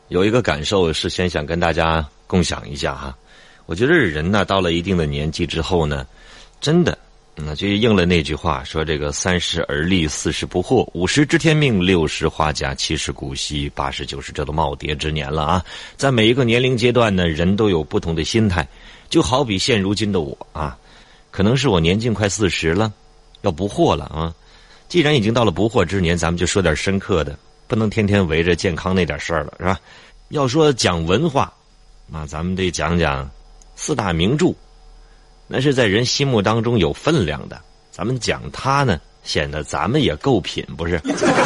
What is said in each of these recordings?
有一个感受是先想跟大家共享一下哈。我觉得人呢到了一定的年纪之后呢，真的就应了那句话说，这个30而立，40不惑，50知天命，60花甲，70古稀，80、90这都耄耋之年了啊。在每一个年龄阶段呢，人都有不同的心态，就好比现如今的我啊，可能是我年近快40了，要不惑了啊。既然已经到了不惑之年，咱们就说点深刻的，不能天天围着健康那点事儿了，是吧？要说讲文化，那咱们得讲讲4大名著，那是在人心目当中有分量的。咱们讲它呢，显得咱们也够品，不是？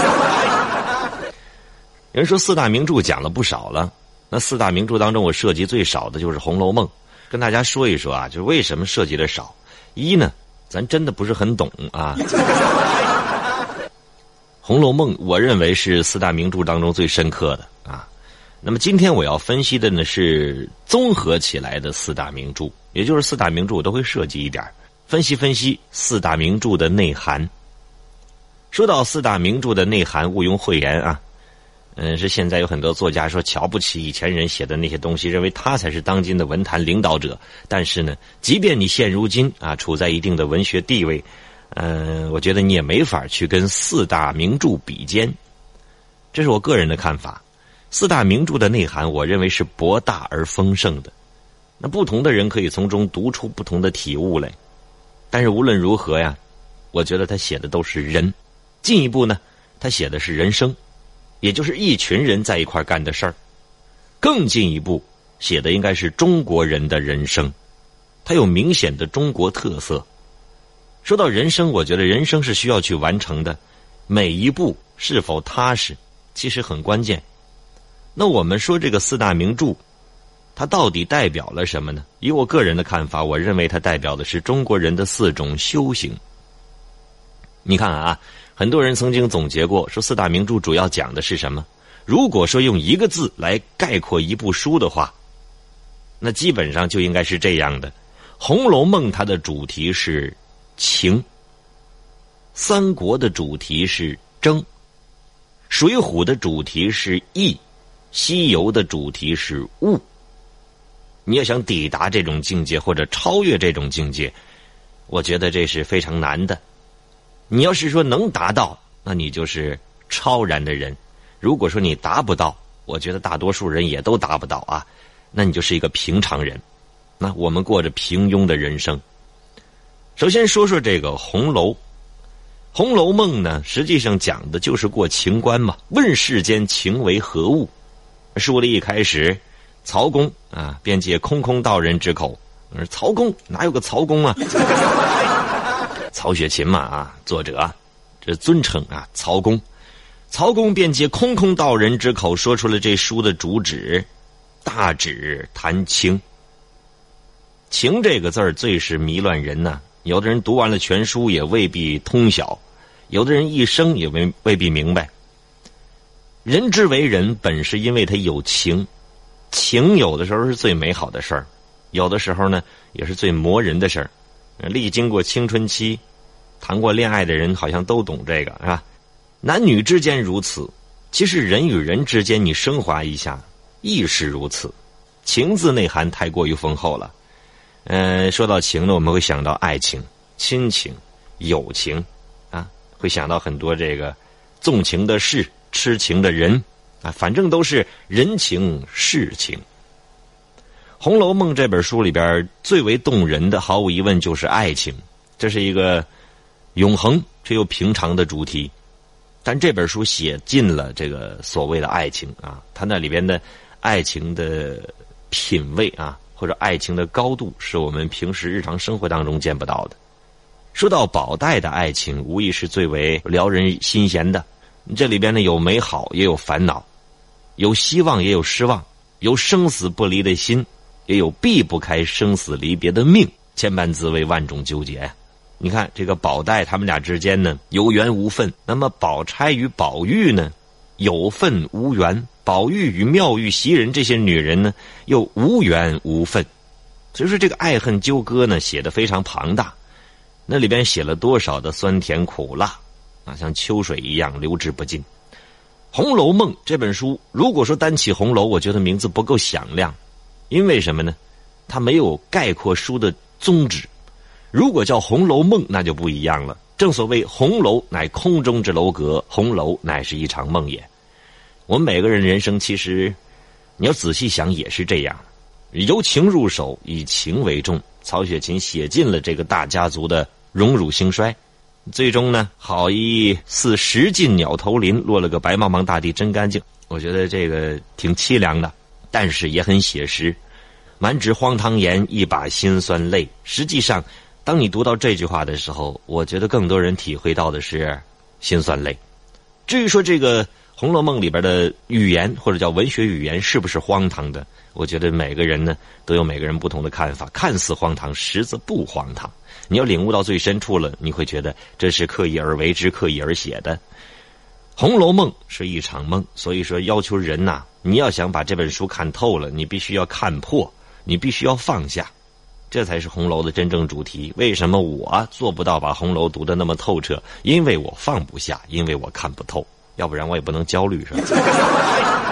人说4大名著讲了不少了，那4大名著当中我涉及最少的就是《红楼梦》，跟大家说一说啊，就是为什么涉及的少。一呢，咱真的不是很懂啊。《红楼梦》我认为是4大名著当中最深刻的啊。那么今天我要分析的呢是综合起来的4大名著，也就是4大名著我都会涉及一点，分析4大名著的内涵。说到4大名著的内涵，毋庸讳言啊，是现在有很多作家说瞧不起以前人写的那些东西，认为他才是当今的文坛领导者。但是呢，即便你现如今啊处在一定的文学地位，我觉得你也没法去跟4大名著比肩，这是我个人的看法。4大名著的内涵，我认为是博大而丰盛的，那不同的人可以从中读出不同的体悟来。但是无论如何呀，我觉得他写的都是人，进一步呢，他写的是人生，也就是一群人在一块干的事儿。更进一步，写的应该是中国人的人生，它有明显的中国特色。说到人生，我觉得人生是需要去完成的，每一步是否踏实，其实很关键。那我们说这个4大名著，它到底代表了什么呢？以我个人的看法，我认为它代表的是中国人的4种修行。你看啊，很多人曾经总结过，说4大名著主要讲的是什么？如果说用一个字来概括一部书的话，那基本上就应该是这样的。《红楼梦》它的主题是情，三国的主题是争，水浒的主题是义，西游的主题是悟。你要想抵达这种境界或者超越这种境界，我觉得这是非常难的。你要是说能达到，那你就是超然的人。如果说你达不到，我觉得大多数人也都达不到啊，那你就是一个平常人。那我们过着平庸的人生。首先说说这个红楼。红楼梦呢，实际上讲的就是过情关嘛，问世间情为何物。书的一开始，曹公啊，便借空空道人之口，曹公哪有个曹公啊？曹雪芹嘛啊，作者这尊称啊，曹公。曹公便借空空道人之口说出了这书的主旨，大旨谈情。情这个字儿最是迷乱人呐，有的人读完了全书也未必通晓，有的人一生也未必明白。人之为人，本是因为他有情，情有的时候是最美好的事儿，有的时候呢也是最磨人的事儿。历经过青春期谈过恋爱的人好像都懂这个，是吧？男女之间如此，其实人与人之间你升华一下亦是如此。情字内涵太过于丰厚了。说到情呢，我们会想到爱情、亲情、友情啊，会想到很多这个纵情的事、痴情的人啊，反正都是人情世情。《红楼梦》这本书里边最为动人的，毫无疑问就是爱情，这是一个永恒却又平常的主题。但这本书写尽了这个所谓的爱情啊，它那里边的爱情的品味啊，或者爱情的高度，是我们平时日常生活当中见不到的。说到宝黛的爱情，无疑是最为撩人心弦的。这里边呢有美好也有烦恼，有希望也有失望，有生死不离的心，也有避不开生死离别的命，千般滋味万种纠结呀。你看这个宝黛他们俩之间呢有缘无分，那么宝钗与宝玉呢有分无缘，宝玉与妙玉袭人这些女人呢又无缘无分。所以说这个爱恨纠葛呢写得非常庞大，那里边写了多少的酸甜苦辣啊，像秋水一样流之不尽。 红楼梦》这本书，如果说单起红楼，我觉得名字不够响亮，因为什么呢？它没有概括书的宗旨。如果叫《红楼梦》，那就不一样了。正所谓红楼乃空中之楼阁，红楼乃是一场梦也。我们每个人人生其实你要仔细想也是这样，由情入手，以情为重。曹雪芹写尽了这个大家族的荣辱兴衰，最终呢，好一似石尽鸟投林，落了个白茫茫大地真干净。我觉得这个挺凄凉的，但是也很写实。满纸荒唐言，一把辛酸泪。实际上当你读到这句话的时候，我觉得更多人体会到的是辛酸泪。至于说这个《红楼梦》里边的语言或者叫文学语言是不是荒唐的，我觉得每个人呢都有每个人不同的看法，看似荒唐，实则不荒唐。你要领悟到最深处了，你会觉得这是刻意而为之，刻意而写的。《红楼梦》是一场梦，所以说要求人呐，你要想把这本书看透了，你必须要看破，你必须要放下，这才是红楼的真正主题。为什么我做不到把红楼读得那么透彻？因为我放不下，因为我看不透，要不然我也不能焦虑，是吧？